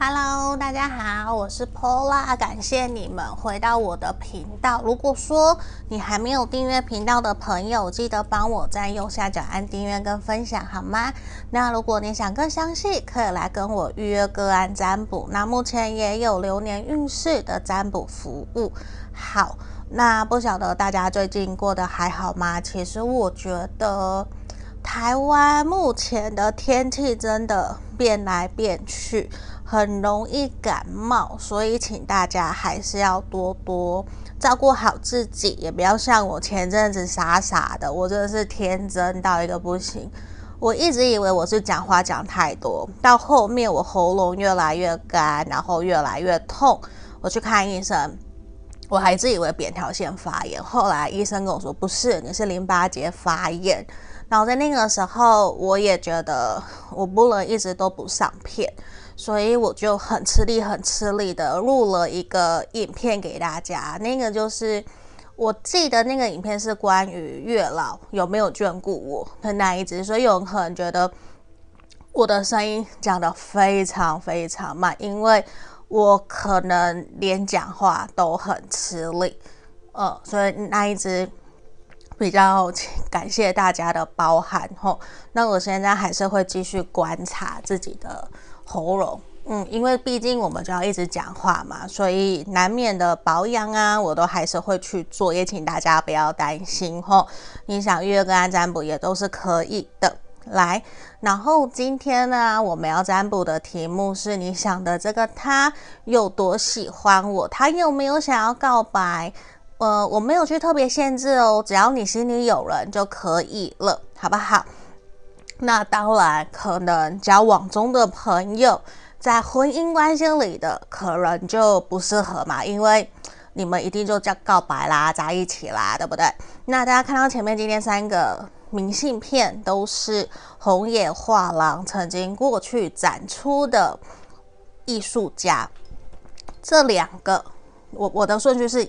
Hello，大家好，我是 Paula， 感谢你们回到我的频道。如果说你还没有订阅频道的朋友，记得帮我在右下角按订阅跟分享好吗？那如果你想更详细，可以来跟我预约个案占卜。那目前也有流年运势的占卜服务。好，那不晓得大家最近过得还好吗？其实我觉得台湾目前的天气真的变来变去，很容易感冒，所以请大家还是要多多照顾好自己，也不要像我前阵子傻傻的，我真的是天真到一个不行。我一直以为我是讲话讲太多，到后面我喉咙越来越干，然后越来越痛，我去看医生，我还自以为扁桃腺发炎，后来医生跟我说不是，你是淋巴结发炎。然后在那个时候，我也觉得我不能一直都不上片，所以我就很吃力的录了一个影片给大家。那个就是我记得那个影片是关于月老有没有眷顾我的那一支，所以有人可能觉得我的声音讲得非常慢，因为我可能连讲话都很吃力，所以那一支比较感谢大家的包涵吼。那我现在还是会继续观察自己的喉咙，因为毕竟我们就要一直讲话嘛，所以难免的保养啊，我都还是会去做，也请大家不要担心吼。你想预约个案占卜也都是可以的。来，然后今天呢，我们要占卜的题目是你想的这个他有多喜欢我，他有没有想要告白？我没有去特别限制哦，只要你心里有人就可以了，好不好？那当然，可能交往中的朋友，在婚姻关系里的可能就不适合嘛，因为你们一定就叫告白啦，在一起啦，对不对？那大家看到前面今天3个明信片，都是红野画廊曾经过去展出的艺术家，这2个。我的顺序是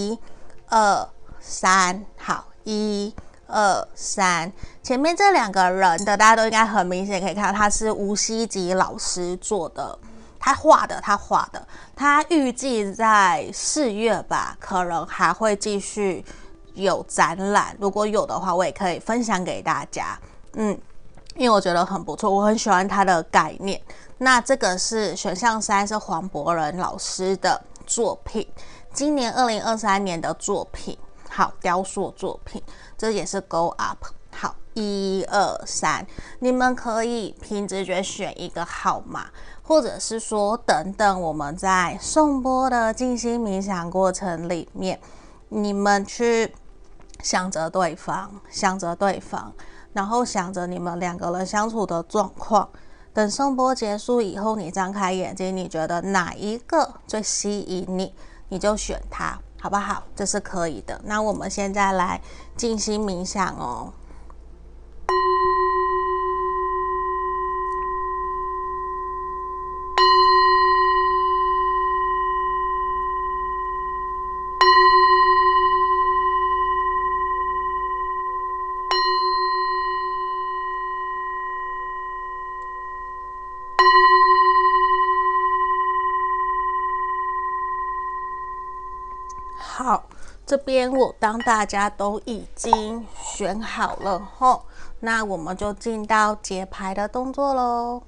1、2、3，好，1、2、3。前面这2个人的大家都应该很明显可以看到，他是吴希吉老师做的，他画的，他预计在4月吧，可能还会继续有展览，如果有的话，我也可以分享给大家。因为我觉得很不错，我很喜欢他的概念。那这个是选项3，是黄博仁老师的作品，今年2023年的作品，好，雕塑作品，这也是 Go Up。 好，1、2、3，你们可以凭直觉选一个号码，或者是说等等我们在颂钵的静心冥想过程里面，你们去想着对方，然后想着你们2个人相处的状况，等颂钵结束以后，你张开眼睛，你觉得哪一个最吸引你，你就选它，好不好？这是可以的。那我们现在来静心冥想哦。好，这边我当大家都已经选好了后，那我们就进到解牌的动作咯。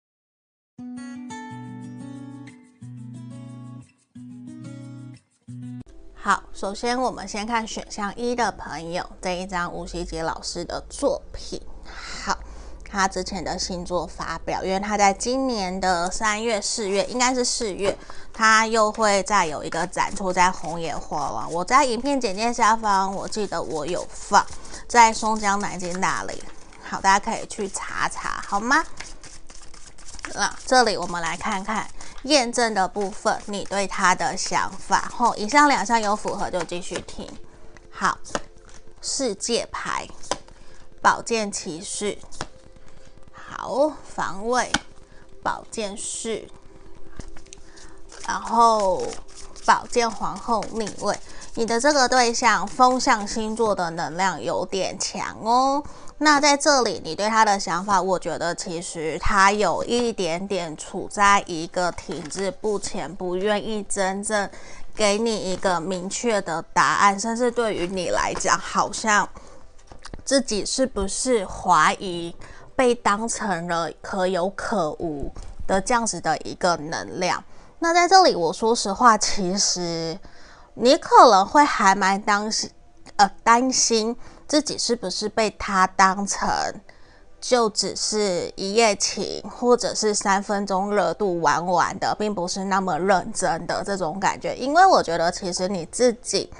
好，首先我们先看选项1的朋友，这一张吴希吉老师的作品。好，他之前的星座发表，因为他在今年的3月、4月，应该是4月，他又会再有一个展出在红野画廊。我在影片简介下方，我记得我有放在松江南京那里，好，大家可以去查查，好吗？那这里我们来看看验证的部分，你对他的想法。以上2项有符合就继续听。好，世界牌，宝剑骑士，好，防卫，宝剑士，然后宝剑皇后逆位。你的这个对象风象星座的能量有点强哦。 那在这里，你对他的想法，我觉得其实他有一点点处在一个停滞不前，不愿意真正给你一个明确的答案，甚至对于你来讲，好像自己是不是怀疑被当成了可有可无的这样子的一个能量。那在这里，我说实话，其实你可能会还蛮担心自己是不是被他当成就只是一夜情，或者是3分钟热度玩玩的，并不是那么认真的这种感觉。因为我觉得其实你自己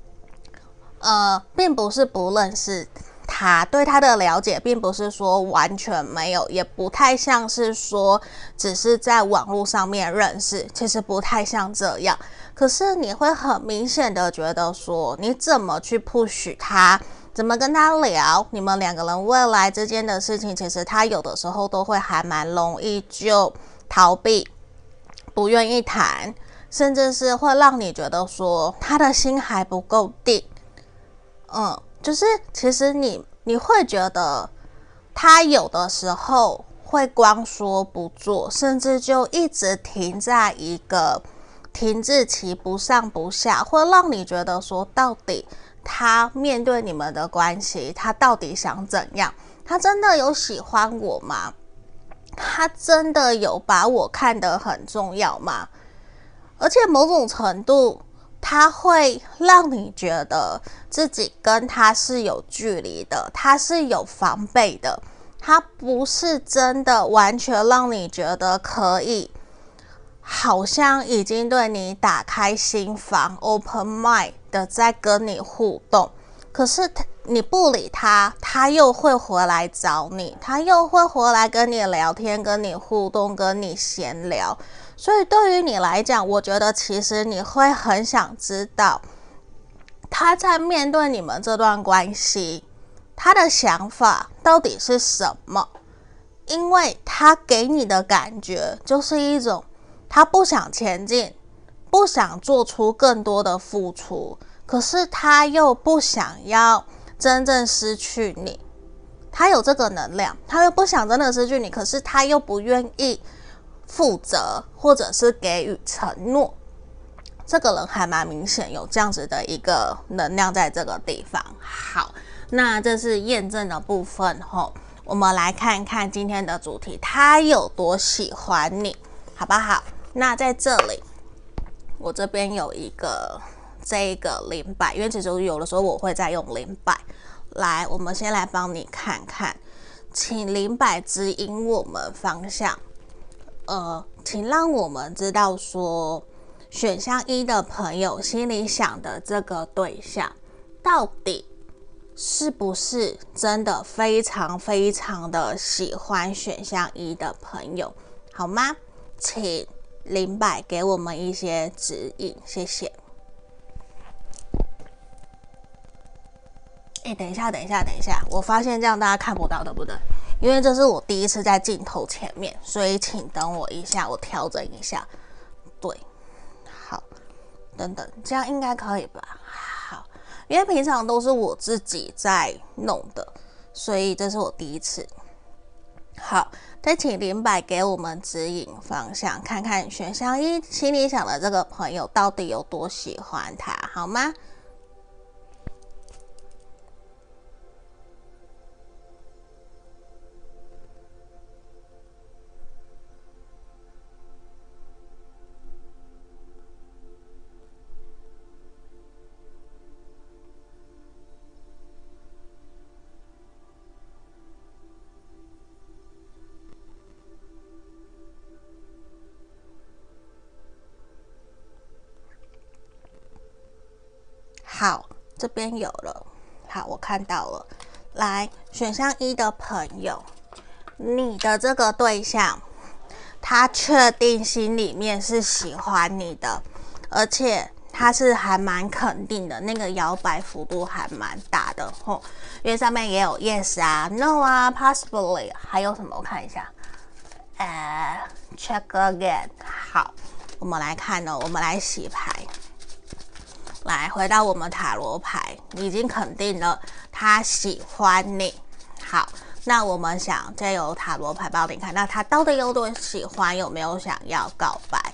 并不是不认识他，对他的了解并不是说完全没有，也不太像是说只是在网络上面认识，其实不太像这样。可是你会很明显的觉得说，你怎么去 push 他，怎么跟他聊，你们2个人未来之间的事情，其实他有的时候都会还蛮容易就逃避，不愿意谈，甚至是会让你觉得说他的心还不够定。就是其实你会觉得他有的时候会光说不做，甚至就一直停在一个停滞期，不上不下，会让你觉得说到底他面对你们的关系，他到底想怎样？他真的有喜欢我吗？他真的有把我看得很重要吗？而且某种程度他会让你觉得自己跟他是有距离的，他是有防备的，他不是真的完全让你觉得可以，好像已经对你打开心房 open mind 的在跟你互动。可是你不理他，他又会回来找你，他又会回来跟你聊天，跟你互动，跟你闲聊。所以对于你来讲，我觉得其实你会很想知道他在面对你们这段关系，他的想法到底是什么。因为他给你的感觉就是一种他不想前进，不想做出更多的付出，可是他又不想要真正失去你，他有这个能量，他又不想真的失去你，可是他又不愿意负责或者是给予承诺。这个人还蛮明显有这样子的一个能量在这个地方。好，那这是验证的部分吼，我们来看看今天的主题，他有多喜欢你，好不好？那在这里我这边有一个这个000，因为其实有的时候我会再用000来，我们先来帮你看看，请000指引我们方向。请让我们知道说，选项1的朋友心里想的这个对象，到底是不是真的非常非常的喜欢选项1的朋友，好吗？请000给我们一些指引，谢谢。等一下，我发现这样大家看不到，对不对？因为这是我第一次在镜头前面，所以请等我一下，我调整一下。对，好，等等，这样应该可以吧？好，因为平常都是我自己在弄的，所以这是我第一次。好，再请000给我们指引方向，看看选项1心里想的这个朋友到底有多喜欢他，好吗？好，这边有了。好，我看到了。来，选项1的朋友，你的这个对象，他确定心里面是喜欢你的，而且他是还蛮肯定的，那个摇摆幅度还蛮大的吼。因为上面也有 yes 啊 no 啊 possibly， 还有什么我看一下check again。 好，我们来看哦，我们来洗牌。来，回到我们塔罗牌，你已经肯定了他喜欢你。 好，那我们想借由塔罗牌帮你看，那他到底有多喜欢，有没有想要告白？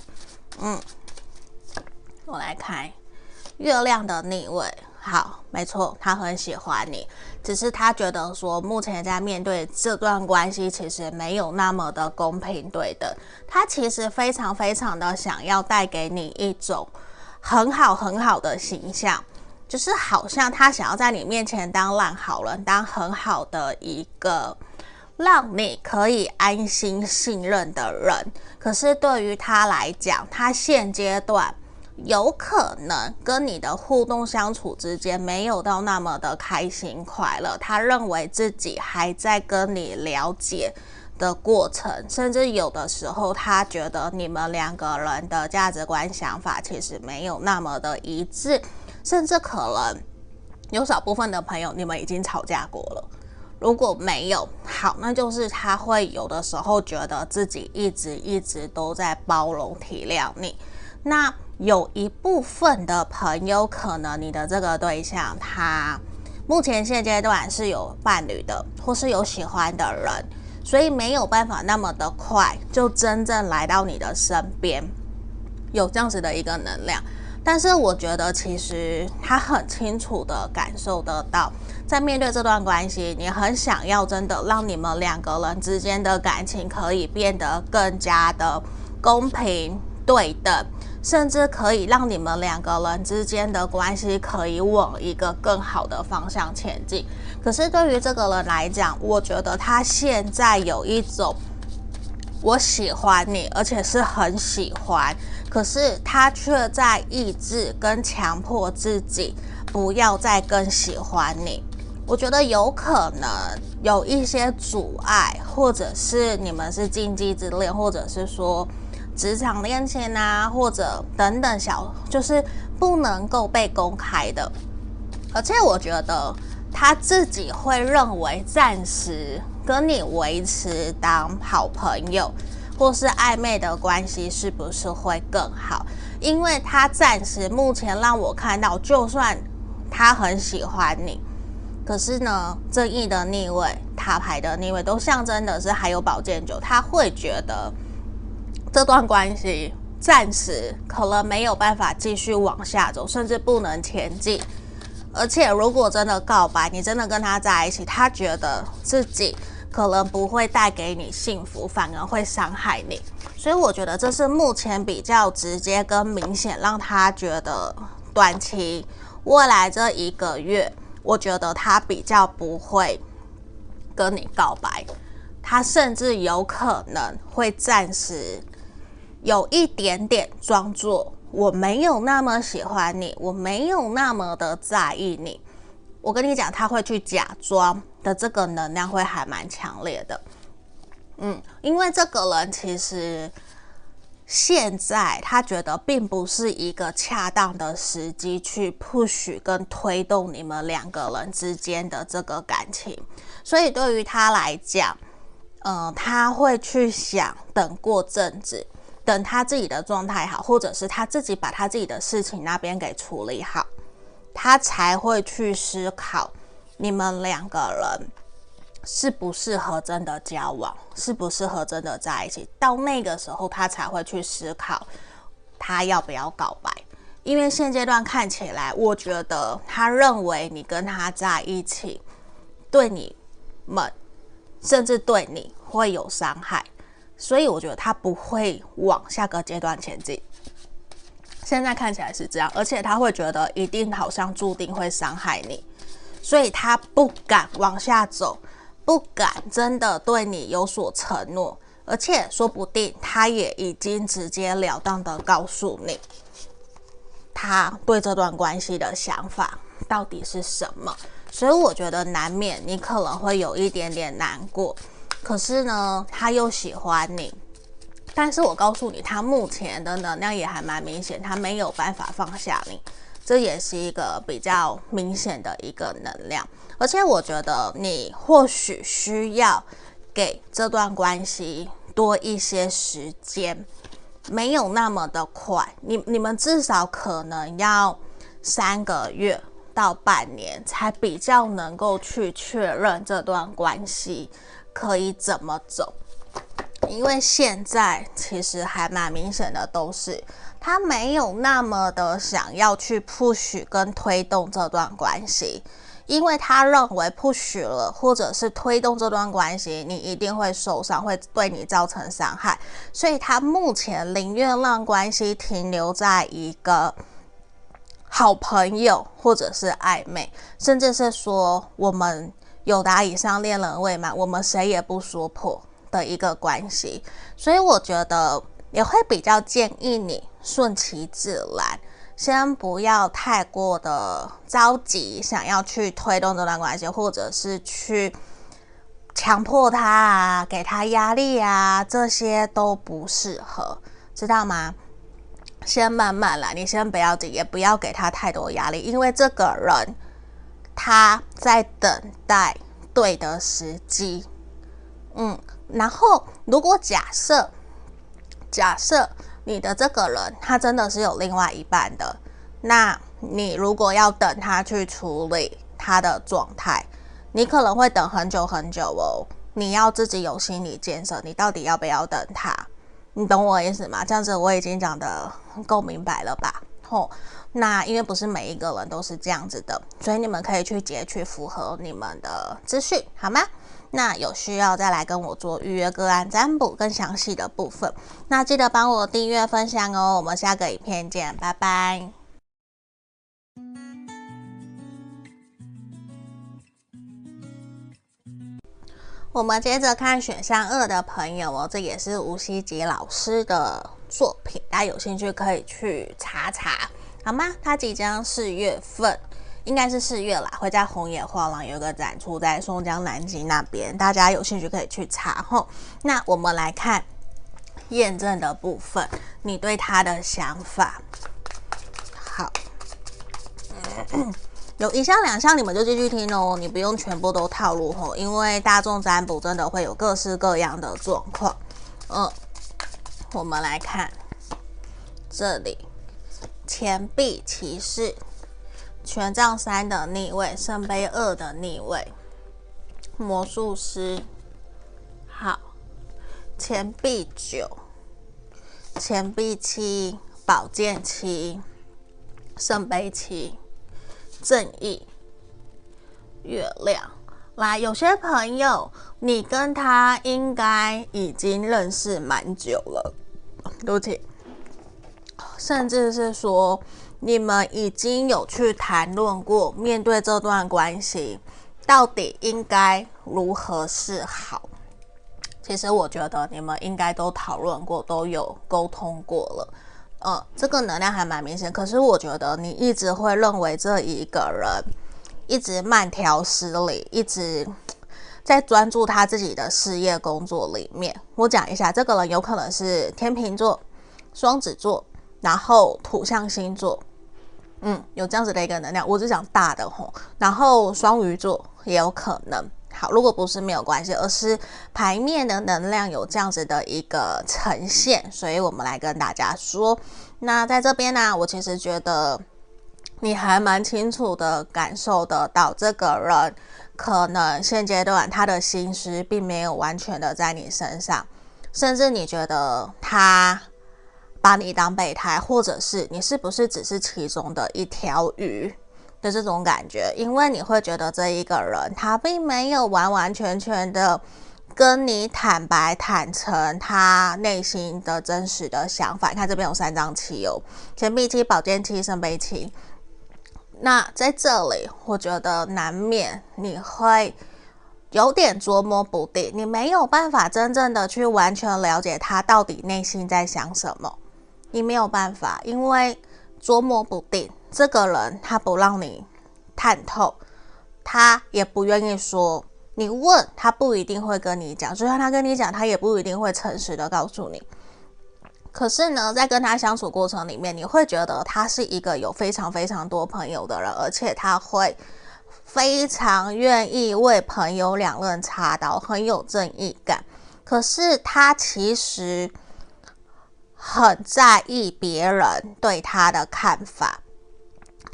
我来看月亮的逆位。好，没错，他很喜欢你，只是他觉得说目前在面对这段关系其实没有那么的公平对等，他其实非常非常的想要带给你一种很好很好的形象，就是好像他想要在你面前当烂好人，当很好的一个让你可以安心信任的人。可是对于他来讲，他现阶段有可能跟你的互动相处之间没有到那么的开心快乐，他认为自己还在跟你了解的过程，甚至有的时候他觉得你们两个人的价值观想法其实没有那么的一致，甚至可能有少部分的朋友你们已经吵架过了。如果没有，好，那就是他会有的时候觉得自己一直都在包容体谅你。那有一部分的朋友，可能你的这个对象他目前现阶段是有伴侣的，或是有喜欢的人，所以没有办法那么的快就真正来到你的身边，有这样子的一个能量。但是我觉得其实他很清楚的感受得到，在面对这段关系，你很想要真的让你们两个人之间的感情可以变得更加的公平对等，甚至可以让你们两个人之间的关系可以往一个更好的方向前进。可是对于这个人来讲，我觉得他现在有一种我喜欢你，而且是很喜欢，可是他却在抑制跟强迫自己不要再更喜欢你。我觉得有可能有一些阻碍，或者是你们是禁忌之恋，或者是说职场恋情啊，或者等等就是不能够被公开的。而且我觉得他自己会认为暂时跟你维持当好朋友或是暧昧的关系是不是会更好，因为他暂时目前让我看到，就算他很喜欢你，可是呢正义的逆位、塔牌的逆位都象征的是还有宝剑九，他会觉得这段关系暂时可能没有办法继续往下走，甚至不能前进。而且如果真的告白，你真的跟他在一起，他觉得自己可能不会带给你幸福，反而会伤害你。所以我觉得这是目前比较直接跟明显，让他觉得短期未来这1个月，我觉得他比较不会跟你告白，他甚至有可能会暂时有一点点装作我没有那么喜欢你，我没有那么的在意你。我跟你讲，他会去假装的，这个能量会还蛮强烈的。因为这个人其实现在他觉得并不是一个恰当的时机去 push 跟推动你们两个人之间的这个感情，所以对于他来讲，他会去想等过阵子，等他自己的状态好，或者是他自己把他自己的事情那边给处理好，他才会去思考你们两个人适不适合真的交往，适不适合真的在一起。到那个时候他才会去思考他要不要告白。因为现阶段看起来，我觉得他认为你跟他在一起对你们甚至对你会有伤害，所以我觉得他不会往下个阶段前进。现在看起来是这样，而且他会觉得一定好像注定会伤害你，所以他不敢往下走，不敢真的对你有所承诺，而且说不定他也已经直截了当的告诉你他对这段关系的想法到底是什么。所以我觉得难免你可能会有一点点难过，可是呢他又喜欢你，但是我告诉你，他目前的能量也还蛮明显，他没有办法放下你，这也是一个比较明显的一个能量。而且我觉得你或许需要给这段关系多一些时间，没有那么的快，你们至少可能要3个月到半年才比较能够去确认这段关系可以怎么走。因为现在其实还蛮明显的，都是他没有那么的想要去 push 跟推动这段关系，因为他认为 push 了或者是推动这段关系，你一定会受伤，会对你造成伤害，所以他目前宁愿让关系停留在一个好朋友或者是暧昧，甚至是说我们有达以上恋人未满，我们谁也不说破的一个关系。所以我觉得也会比较建议你顺其自然，先不要太过的着急想要去推动这段关系，或者是去强迫他啊，给他压力啊，这些都不适合，知道吗？先慢慢来，你先不要急，也不要给他太多压力，因为这个人他在等待对的时机。然后如果假设你的这个人他真的是有另外一半的，那你如果要等他去处理他的状态，你可能会等很久很久哦。你要自己有心理建设，你到底要不要等他？你懂我意思吗？这样子我已经讲得够明白了吧？那因为不是每一个人都是这样子的，所以你们可以去截取符合你们的资讯，好吗？那有需要再来跟我做预约个案占卜更详细的部分，那记得帮我订阅分享哦。我们下个影片见，拜拜。我们接着看选项2的朋友哦，这也是吴希吉老师的作品，大家有兴趣可以去查查，好吗？他即将4月份，应该是4月啦，会在红野画廊有一个展出，在松江南京那边，大家有兴趣可以去查吼。那我们来看验证的部分，你对他的想法。好。有1项2项你们就继续听哦，你不用全部都套路吼，因为大众占卜真的会有各式各样的状况。我们来看这里，钱币骑士、权杖3的逆位、圣杯2的逆位、魔术师，好，钱币9、钱币7、宝剑7、圣杯7。正义、月亮。来，有些朋友你跟他应该已经认识蛮久了，对不起，甚至是说你们已经有去谈论过，面对这段关系到底应该如何是好。其实我觉得你们应该都讨论过，都有沟通过了。这个能量还蛮明显，可是我觉得你一直会认为这一个人一直慢条斯理，一直在专注他自己的事业工作里面。我讲一下，这个人有可能是天秤座、双子座，然后土象星座，有这样子的一个能量，我只讲大的吼，然后双鱼座也有可能。好，如果不是没有关系，而是牌面的能量有这样子的一个呈现，所以我们来跟大家说。那在这边呢，我其实觉得你还蛮清楚的感受得到，这个人可能现阶段他的心思并没有完全的在你身上，甚至你觉得他把你当备胎，或者是你是不是只是其中的一条鱼的这种感觉，因为你会觉得这一个人他并没有完完全全的跟你坦白坦诚他内心的真实的想法。你看这边有3张7哦，钱币7、宝剑7、圣杯7。那在这里我觉得难免你会有点捉摸不定，你没有办法真正的去完全了解他到底内心在想什么，你没有办法，因为捉摸不定，这个人他不让你探透，他也不愿意说，你问他不一定会跟你讲，就算他跟你讲，他也不一定会诚实的告诉你。可是呢，在跟他相处过程里面，你会觉得他是一个有非常非常多朋友的人，而且他会非常愿意为朋友两刃插刀，很有正义感。可是他其实很在意别人对他的看法，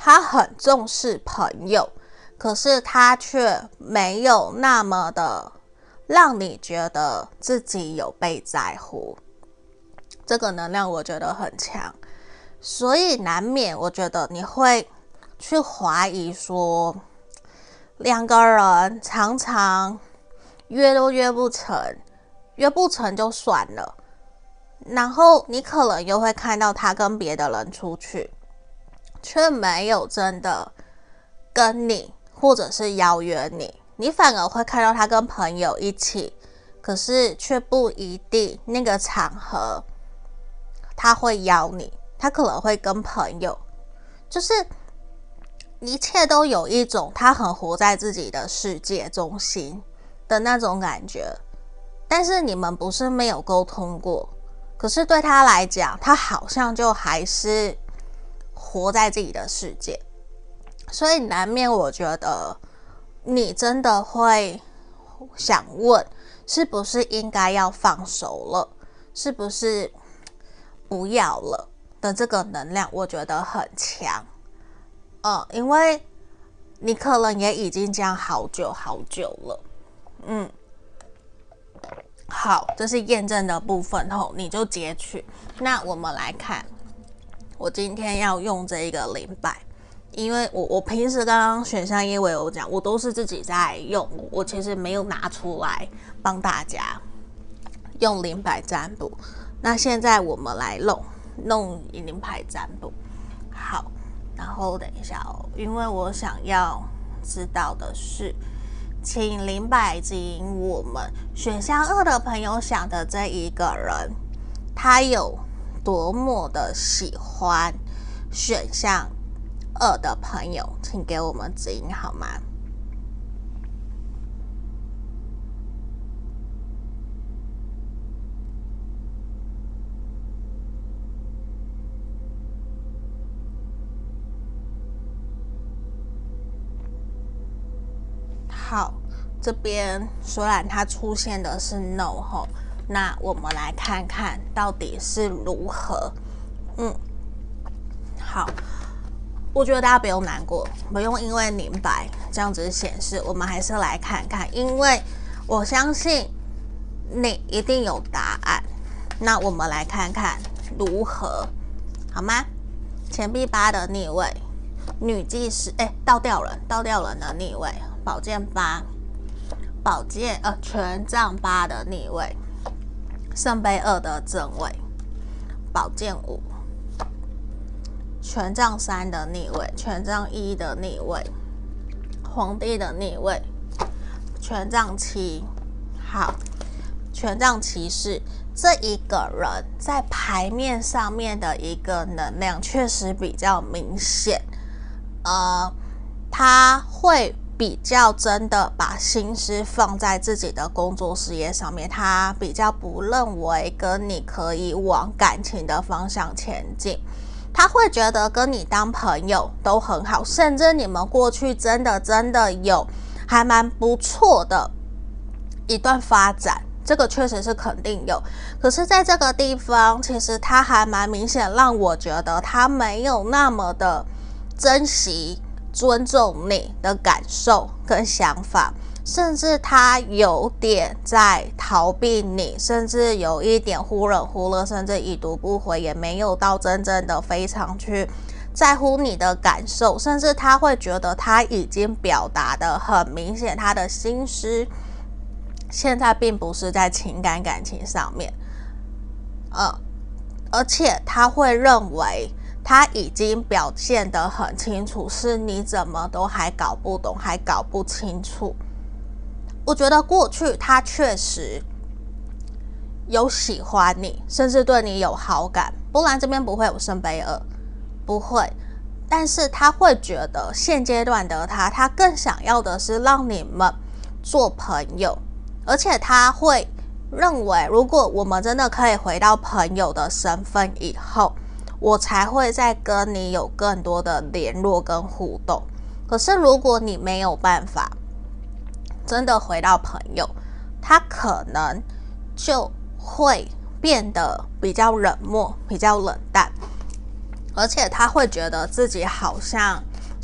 他很重视朋友，可是他却没有那么的让你觉得自己有被在乎。这个能量我觉得很强，所以难免我觉得你会去怀疑说，两个人常常约都约不成，约不成就算了，然后你可能又会看到他跟别的人出去，却没有真的跟你或者是邀约你，你反而会看到他跟朋友一起，可是却不一定那个场合他会邀你，他可能会跟朋友，就是一切都有一种他很活在自己的世界中心的那种感觉，但是你们不是没有沟通过，可是对他来讲，他好像就还是活在自己的世界，所以难免我觉得你真的会想问，是不是应该要放手了，是不是不要了的这个能量，我觉得很强。因为你可能也已经这样好久好久了。好，这是验证的部分后，你就截取。那我们来看，我今天要用这一个0摆，因为我平时刚刚选项1我有讲，我都是自己在用，我其实没有拿出来帮大家用0摆占卜。那现在我们来弄0摆占卜。好，然后等一下因为我想要知道的是，请0摆指引我们选项2的朋友想的这一个人，他有多么的喜欢选项2的朋友，请给我们指引好吗？好，这边虽然它出现的是 no 吼，那我们来看看到底是如何。好，我觉得大家不用难过，不用因为0摆这样子显示，我们还是来看看，因为我相信你一定有答案。那我们来看看如何，好吗？钱币8的逆位，女祭司，倒吊人的逆位。宝剑8，权杖8的逆位，圣杯2的正位，宝剑5，权杖3的逆位，权杖1的逆位，皇帝的逆位，权杖7。好，权杖骑士这一个人在牌面上面的一个能量确实比较明显，他会比较真的把心思放在自己的工作事业上面，他比较不认为跟你可以往感情的方向前进，他会觉得跟你当朋友都很好，甚至你们过去真的有还蛮不错的一段发展，这个确实是肯定有。可是在这个地方，其实他还蛮明显让我觉得他没有那么的珍惜尊重你的感受跟想法，甚至他有点在逃避你，甚至有一点忽冷忽热，甚至已读不回，也没有到真正的非常去在乎你的感受，甚至他会觉得他已经表达的很明显，他的心思现在并不是在情感情上面，而且他会认为他已经表现得很清楚，是你怎么都还搞不懂，还搞不清楚。我觉得过去他确实有喜欢你，甚至对你有好感，不然这边不会有圣杯2，不会。但是他会觉得现阶段的他更想要的是让你们做朋友，而且他会认为，如果我们真的可以回到朋友的身份以后，我才会再跟你有更多的联络跟互动。可是如果你没有办法真的回到朋友，他可能就会变得比较冷漠，比较冷淡，而且他会觉得自己好像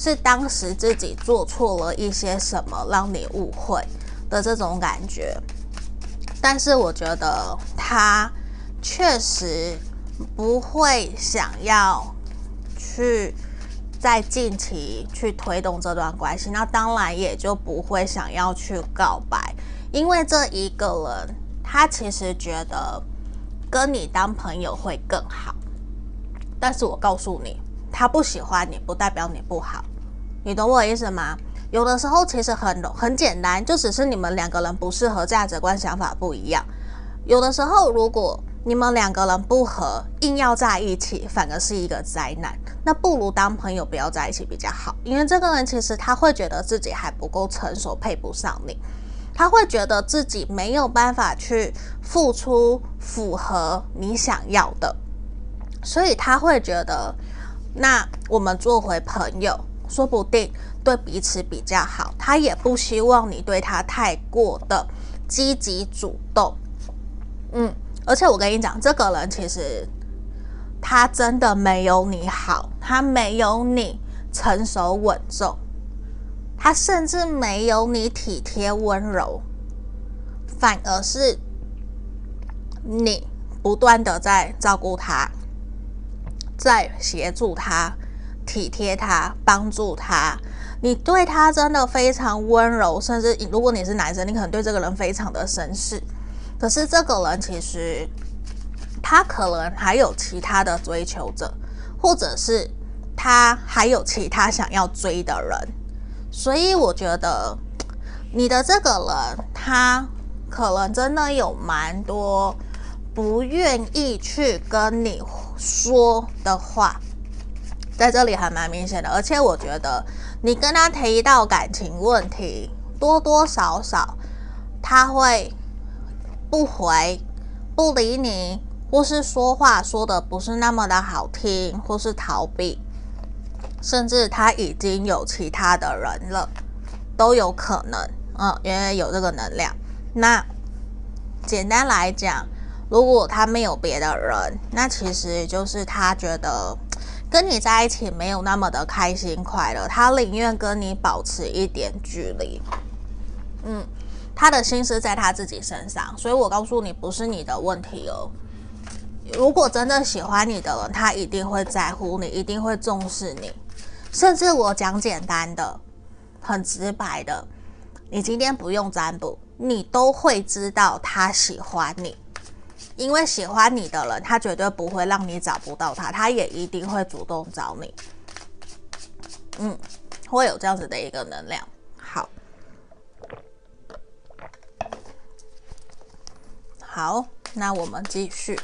是当时自己做错了一些什么让你误会的这种感觉。但是我觉得他确实不会想要去在近期去推动这段关系，那当然也就不会想要去告白，因为这一个人他其实觉得跟你当朋友会更好。但是我告诉你，他不喜欢你不代表你不好，你懂我的意思吗？有的时候其实很简单，就只是你们两个人不适合，价值观想法不一样。有的时候如果你们两个人不合，硬要在一起反而是一个灾难，那不如当朋友不要在一起比较好。因为这个人其实他会觉得自己还不够成熟，配不上你，他会觉得自己没有办法去付出符合你想要的，所以他会觉得那我们做回朋友说不定对彼此比较好，他也不希望你对他太过的积极主动。而且我跟你讲，这个人其实他真的没有你好，他没有你成熟稳重，他甚至没有你体贴温柔，反而是你不断的在照顾他，在协助他，体贴他，帮助他，你对他真的非常温柔，甚至如果你是男生，你可能对这个人非常的绅士。可是这个人其实他可能还有其他的追求者，或者是他还有其他想要追的人，所以我觉得你的这个人他可能真的有蛮多不愿意去跟你说的话，在这里还蛮明显的。而且我觉得你跟他提到感情问题，多多少少他会不回不理你，或是说话说的不是那么的好听，或是逃避，甚至他已经有其他的人了，都有可能。因为有这个能量。那简单来讲，如果他没有别的人，那其实就是他觉得跟你在一起没有那么的开心快乐，他宁愿跟你保持一点距离。他的心思在他自己身上，所以我告诉你，不是你的问题哦。如果真的喜欢你的人，他一定会在乎你，一定会重视你。甚至我讲简单的，很直白的，你今天不用占卜，你都会知道他喜欢你。因为喜欢你的人，他绝对不会让你找不到他，他也一定会主动找你。会有这样子的一个能量。好，那我们继续。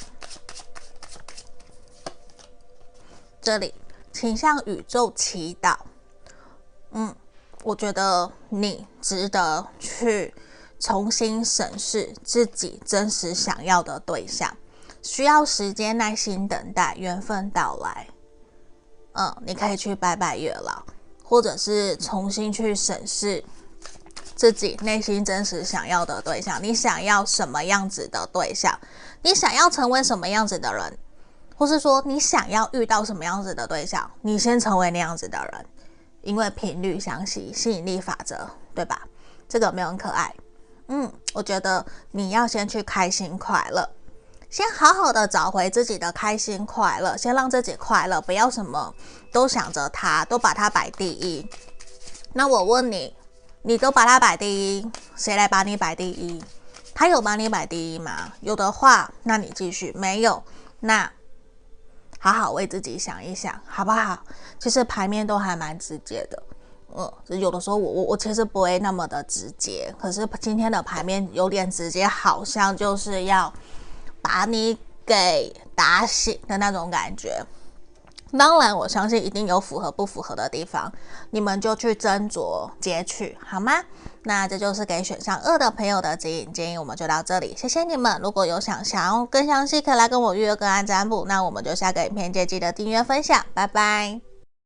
这里，请向宇宙祈祷。我觉得你值得去重新审视自己真实想要的对象，需要时间耐心等待缘分到来。你可以去拜拜月老，或者是重新去审视自己内心真实想要的对象。你想要什么样子的对象？你想要成为什么样子的人？或是说你想要遇到什么样子的对象？你先成为那样子的人，因为频率相吸，吸引力法则，对吧？这个有没有很可爱？我觉得你要先去开心快乐，先好好的找回自己的开心快乐，先让自己快乐，不要什么都想着他，都把他摆第一。那我问你，你都把他摆第一，谁来把你摆第一？他有把你摆第一吗？有的话，那你继续；没有，那好好为自己想一想，好不好？其实牌面都还蛮直接的。有的时候我其实不会那么的直接，可是今天的牌面有点直接，好像就是要把你给打醒的那种感觉。当然我相信一定有符合不符合的地方，你们就去斟酌截取，好吗？那这就是给选项2的朋友的指引建议，我们就到这里，谢谢你们。如果有想要更详细，可以来跟我预约个案占卜。那我们就下个影片见，记得订阅分享，拜拜。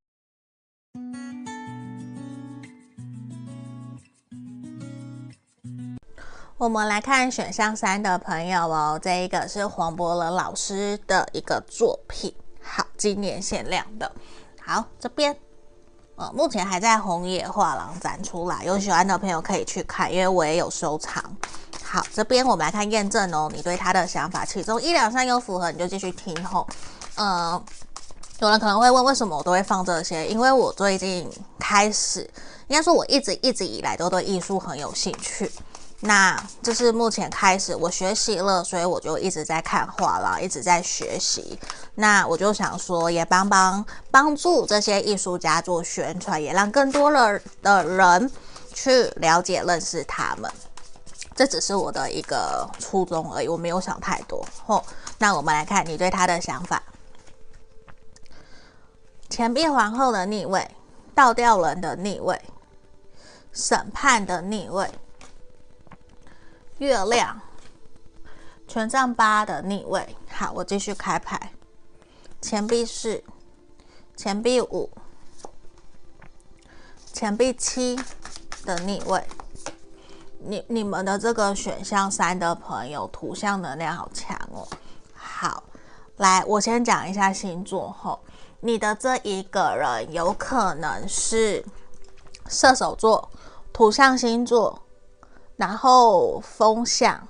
我们来看选项3的朋友哦，这一个是黄博伦老师的一个作品，好，今年限量的。好，这边目前还在红野画廊展出来，有喜欢的朋友可以去看，因为我也有收藏。好，这边我们来看验证哦，你对他的想法，其中1、2项有符合，你就继续听吼。有人可能会问，为什么我都会放这些？因为我最近开始，应该说我一直以来都对艺术很有兴趣。那这是目前开始我学习了，所以我就一直在看画廊，一直在学习。那我就想说，也帮助这些艺术家做宣传，也让更多的人去了解认识他们。这只是我的一个初衷而已，我没有想太多。那我们来看你对他的想法。钱币皇后的逆位，倒吊人的逆位，审判的逆位，月亮，权杖8的逆位。好，我继续开牌。钱币4，钱币5，钱币7的逆位。你们的这个选项3的朋友，图像能量好强哦。好，来，我先讲一下星座后，你的这一个人有可能是射手座、土象星座，然后风象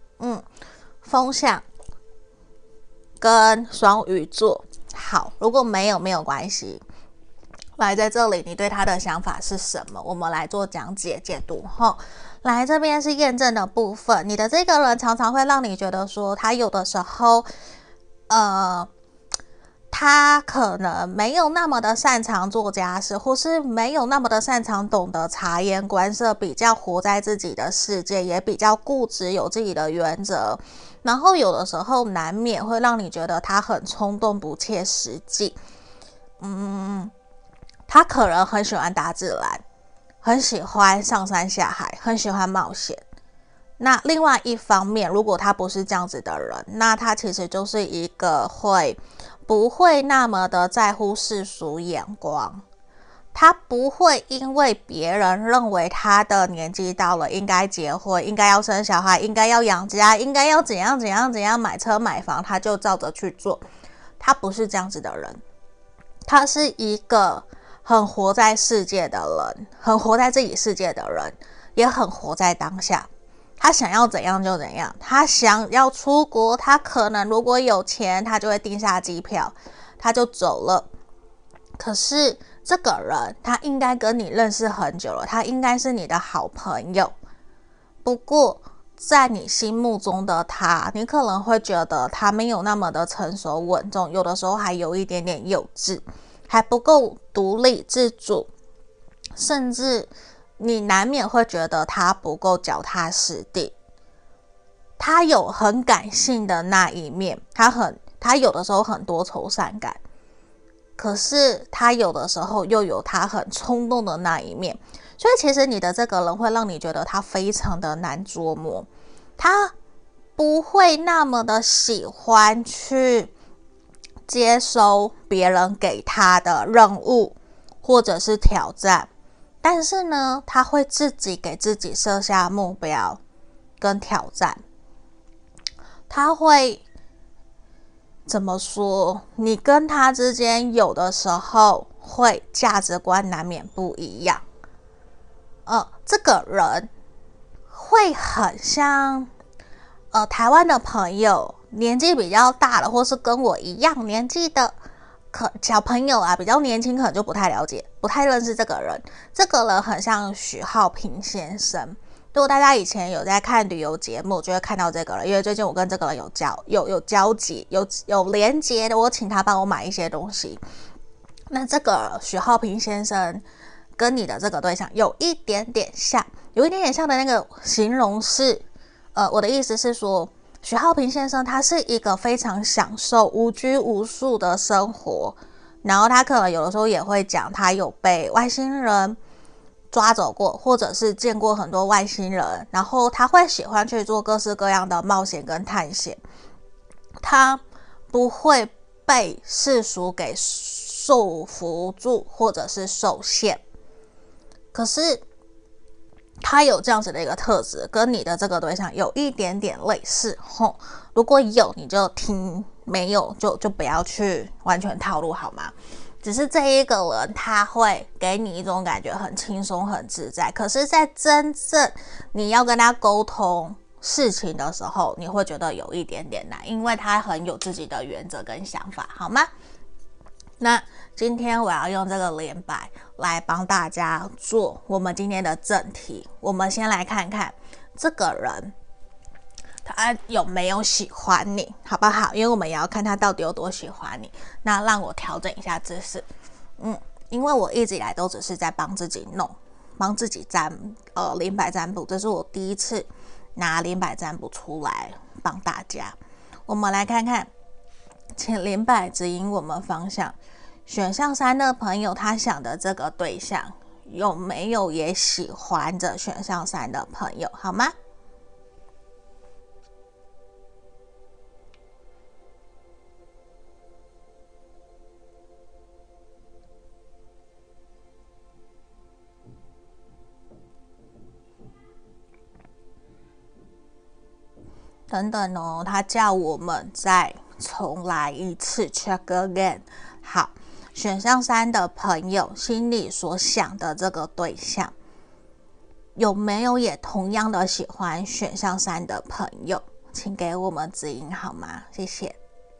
跟双鱼座。好，如果没有关系。来，在这里你对他的想法是什么？我们来做讲解解读后，来这边是验证的部分。你的这个人常常会让你觉得说，他有的时候，他可能没有那么的擅长做家事，或是没有那么的擅长懂得察言观色，比较活在自己的世界，也比较固执，有自己的原则。然后有的时候难免会让你觉得他很冲动，不切实际。他可能很喜欢大自然，很喜欢上山下海，很喜欢冒险。那另外一方面，如果他不是这样子的人，那他其实就是一个不会那么的在乎世俗眼光，他不会因为别人认为他的年纪到了，应该结婚，应该要生小孩，应该要养家，应该要怎样买车买房，他就照着去做。他不是这样子的人，他是一个很活在世界的人，很活在自己世界的人，也很活在当下。他想要怎样就怎样，他想要出国，他可能如果有钱，他就会订下机票，他就走了。可是这个人他应该跟你认识很久了，他应该是你的好朋友。不过在你心目中的他，你可能会觉得他没有那么的成熟稳重，有的时候还有一点点幼稚，还不够独立自主，甚至你难免会觉得他不够脚踏实地。他有很感性的那一面，他有的时候很多愁善感，可是他有的时候又有他很冲动的那一面。所以其实你的这个人会让你觉得他非常的难捉摸，他不会那么的喜欢去接收别人给他的任务或者是挑战，但是呢，他会自己给自己设下目标跟挑战。他会怎么说？你跟他之间有的时候会价值观难免不一样。这个人会很像台湾的朋友，年纪比较大的，或是跟我一样年纪的小朋友啊，比较年轻，可能就不太了解，不太认识这个人。这个人很像许浩平先生。如果大家以前有在看旅游节目，就会看到这个人，因为最近我跟这个人有交集，有连结的，我请他帮我买一些东西。那这个许浩平先生跟你的这个对象有一点点像，的那个形容是，我的意思是说，许浩平先生他是一个非常享受无拘无束的生活，然后他可能有的时候也会讲他有被外星人抓走过，或者是见过很多外星人，然后他会喜欢去做各式各样的冒险跟探险，他不会被世俗给束缚住或者是受限。可是他有这样子的一个特质，跟你的这个对象有一点点类似吼。如果有你就听，没有就不要去完全套路好吗？ 只是这一个人他会给你一种感觉很轻松很自在，可是在真正你要跟他沟通事情的时候，你会觉得有一点点难，因为他很有自己的原则跟想法，好吗？那今天我要用这个连摆来帮大家做我们今天的正题。我们先来看看这个人他有没有喜欢你，好不好？因为我们也要看他到底有多喜欢你。那让我调整一下姿势，因为我一直以来都只是在帮自己弄，帮自己灵摆占卜，这是我第一次拿灵摆占卜出来帮大家。我们来看看，请灵摆指引我们方向。选项3的朋友，他想的这个对象有没有也喜欢着选项3的朋友，好吗？等等哦，他叫我们再重来一次 check again。 好，选项3的朋友心里所想的这个对象有没有也同样的喜欢选项3的朋友，请给我们指引好吗？谢谢。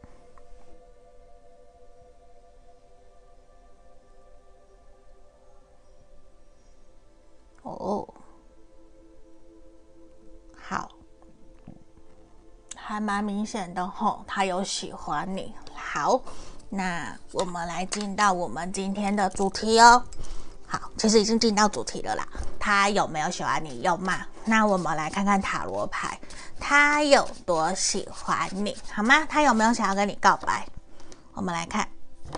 哦，好，还蛮明显的吼，他有喜欢你。好，那我们来进到我们今天的主题哦。好，其实已经进到主题了啦。他有没有喜欢你？有嘛？那我们来看看塔罗牌，他有多喜欢你，好吗？他有没有想要跟你告白？我们来看，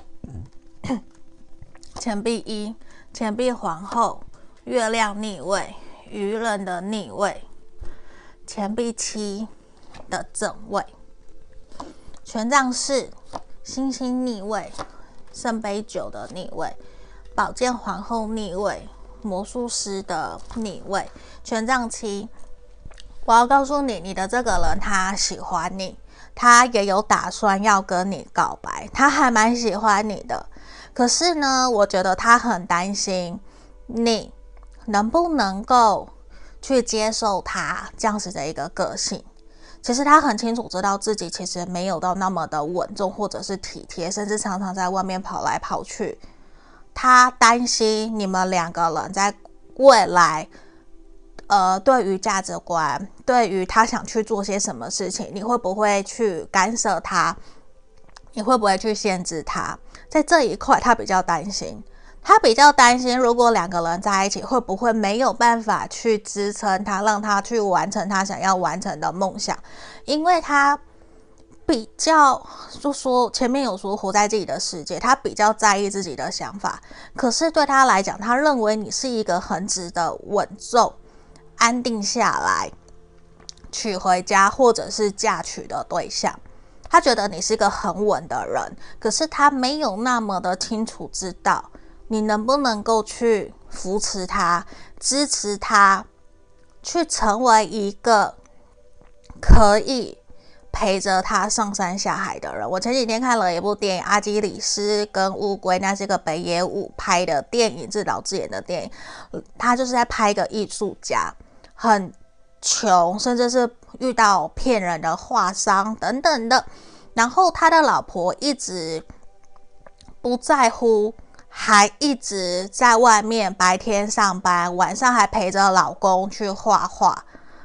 钱币1，钱币皇后，月亮逆位，愚人的逆位，钱币7的正位，权杖4，星星逆位，圣杯9的逆位，宝剑皇后逆位，魔术师的逆位，权杖7。我要告诉你，你的这个人他喜欢你，他也有打算要跟你告白，他还蛮喜欢你的。可是呢，我觉得他很担心你能不能够去接受他这样子的一个个性。其实他很清楚知道自己其实没有到那么的稳重或者是体贴，甚至常常在外面跑来跑去。他担心你们两个人在未来对于价值观，对于他想去做些什么事情，你会不会去干涉他，你会不会去限制他，在这一块他比较担心。他比较担心如果两个人在一起会不会没有办法去支撑他，让他去完成他想要完成的梦想。因为他比较，就说前面有说活在自己的世界，他比较在意自己的想法。可是对他来讲，他认为你是一个很值得稳重安定下来娶回家或者是嫁娶的对象。他觉得你是一个很稳的人，可是他没有那么的清楚知道你能不能够去扶持他，支持他，去成为一个可以陪着他上山下海的人。我前几天看了一部电影，阿基里斯跟乌龟，那是个北野武拍的电影，是老智演的电影。他就是在拍一个艺术家，很穷，甚至是遇到骗人的画商等等的。然后他的老婆一直不在乎，还一直在外面白天上班，晚上还陪着老公去画画。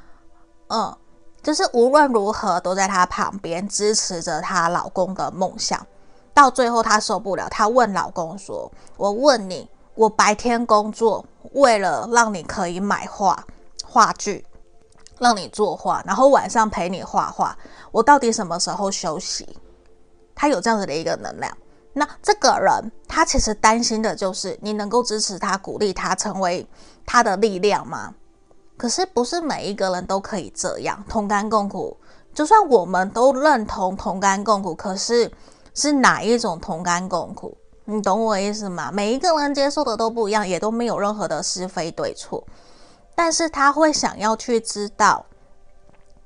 就是无论如何都在她旁边支持着她老公的梦想。到最后她受不了，她问老公说，我问你，我白天工作为了让你可以买话剧，让你作画，然后晚上陪你画画，我到底什么时候休息？她有这样子的一个能量。那这个人他其实担心的就是你能够支持他，鼓励他，成为他的力量吗？可是不是每一个人都可以这样同甘共苦。就算我们都认同同甘共苦，可是是哪一种同甘共苦？你懂我意思吗？每一个人接受的都不一样，也都没有任何的是非对错。但是他会想要去知道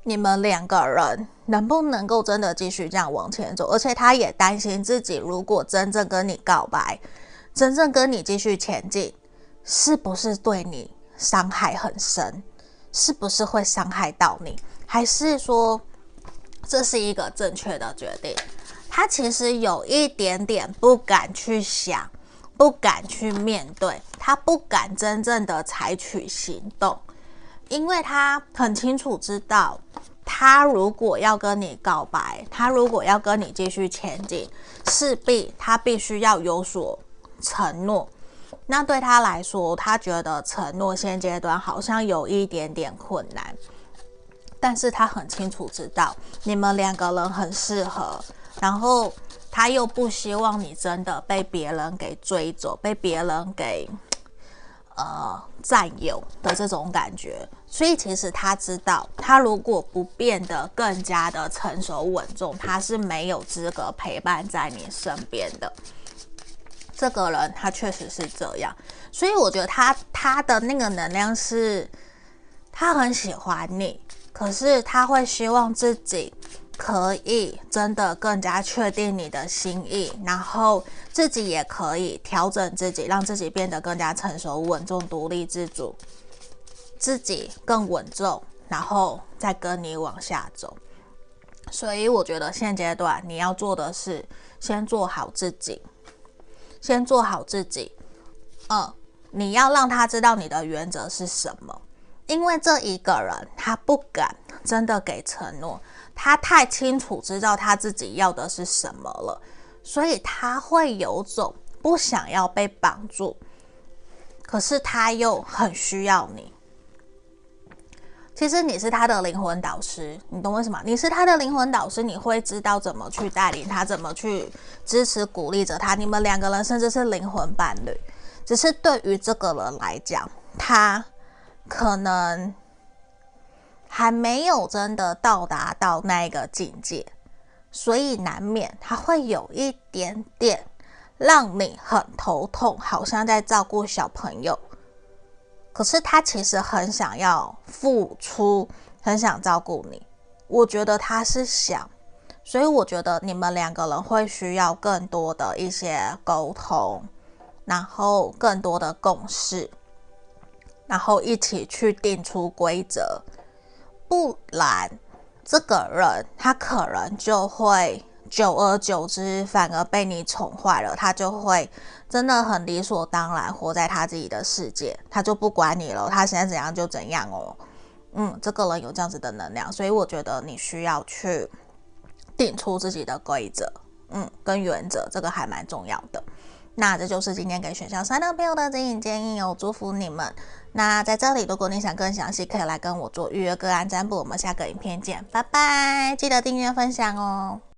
你们两个人能不能够真的继续这样往前走，而且他也担心自己如果真正跟你告白，真正跟你继续前进，是不是对你伤害很深，是不是会伤害到你，还是说这是一个正确的决定。他其实有一点点不敢去想，不敢去面对，他不敢真正的采取行动，因为他很清楚知道，他如果要跟你告白，他如果要跟你继续前进，势必他必须要有所承诺。那对他来说，他觉得承诺现阶段好像有一点点困难，但是他很清楚知道你们两个人很适合，然后他又不希望你真的被别人给追走，被别人给占有的这种感觉。所以其实他知道，他如果不变得更加的成熟稳重，他是没有资格陪伴在你身边的。这个人他确实是这样，所以我觉得他的那个能量是，他很喜欢你，可是他会希望自己可以真的更加确定你的心意，然后自己也可以调整自己，让自己变得更加成熟稳重独立自主，自己更稳重，然后再跟你往下走。所以我觉得现阶段你要做的是先做好自己，先做好自己。你要让他知道你的原则是什么，因为这一个人他不敢真的给承诺，他太清楚知道他自己要的是什么了，所以他会有种不想要被绑住，可是他又很需要你。其实你是他的灵魂导师，你懂为什么？你是他的灵魂导师，你会知道怎么去带领他，怎么去支持鼓励着他，你们两个人甚至是灵魂伴侣。只是对于这个人来讲，他可能还没有真的到达到那一个境界，所以难免他会有一点点让你很头痛，好像在照顾小朋友。可是他其实很想要付出，很想照顾你，我觉得他是想，所以我觉得你们两个人会需要更多的一些沟通，然后更多的共识，然后一起去定出规则，不然这个人他可能就会久而久之反而被你宠坏了，他就会真的很理所当然活在他自己的世界，他就不管你了，他现在怎样就怎样哦。这个人有这样子的能量，所以我觉得你需要去定出自己的规则，跟原则，这个还蛮重要的。那这就是今天给选项3的朋友的指引建议哦，祝福你们。那在这里，如果你想更详细，可以来跟我做预约个案占卜。我们下个影片见，拜拜！记得订阅分享哦。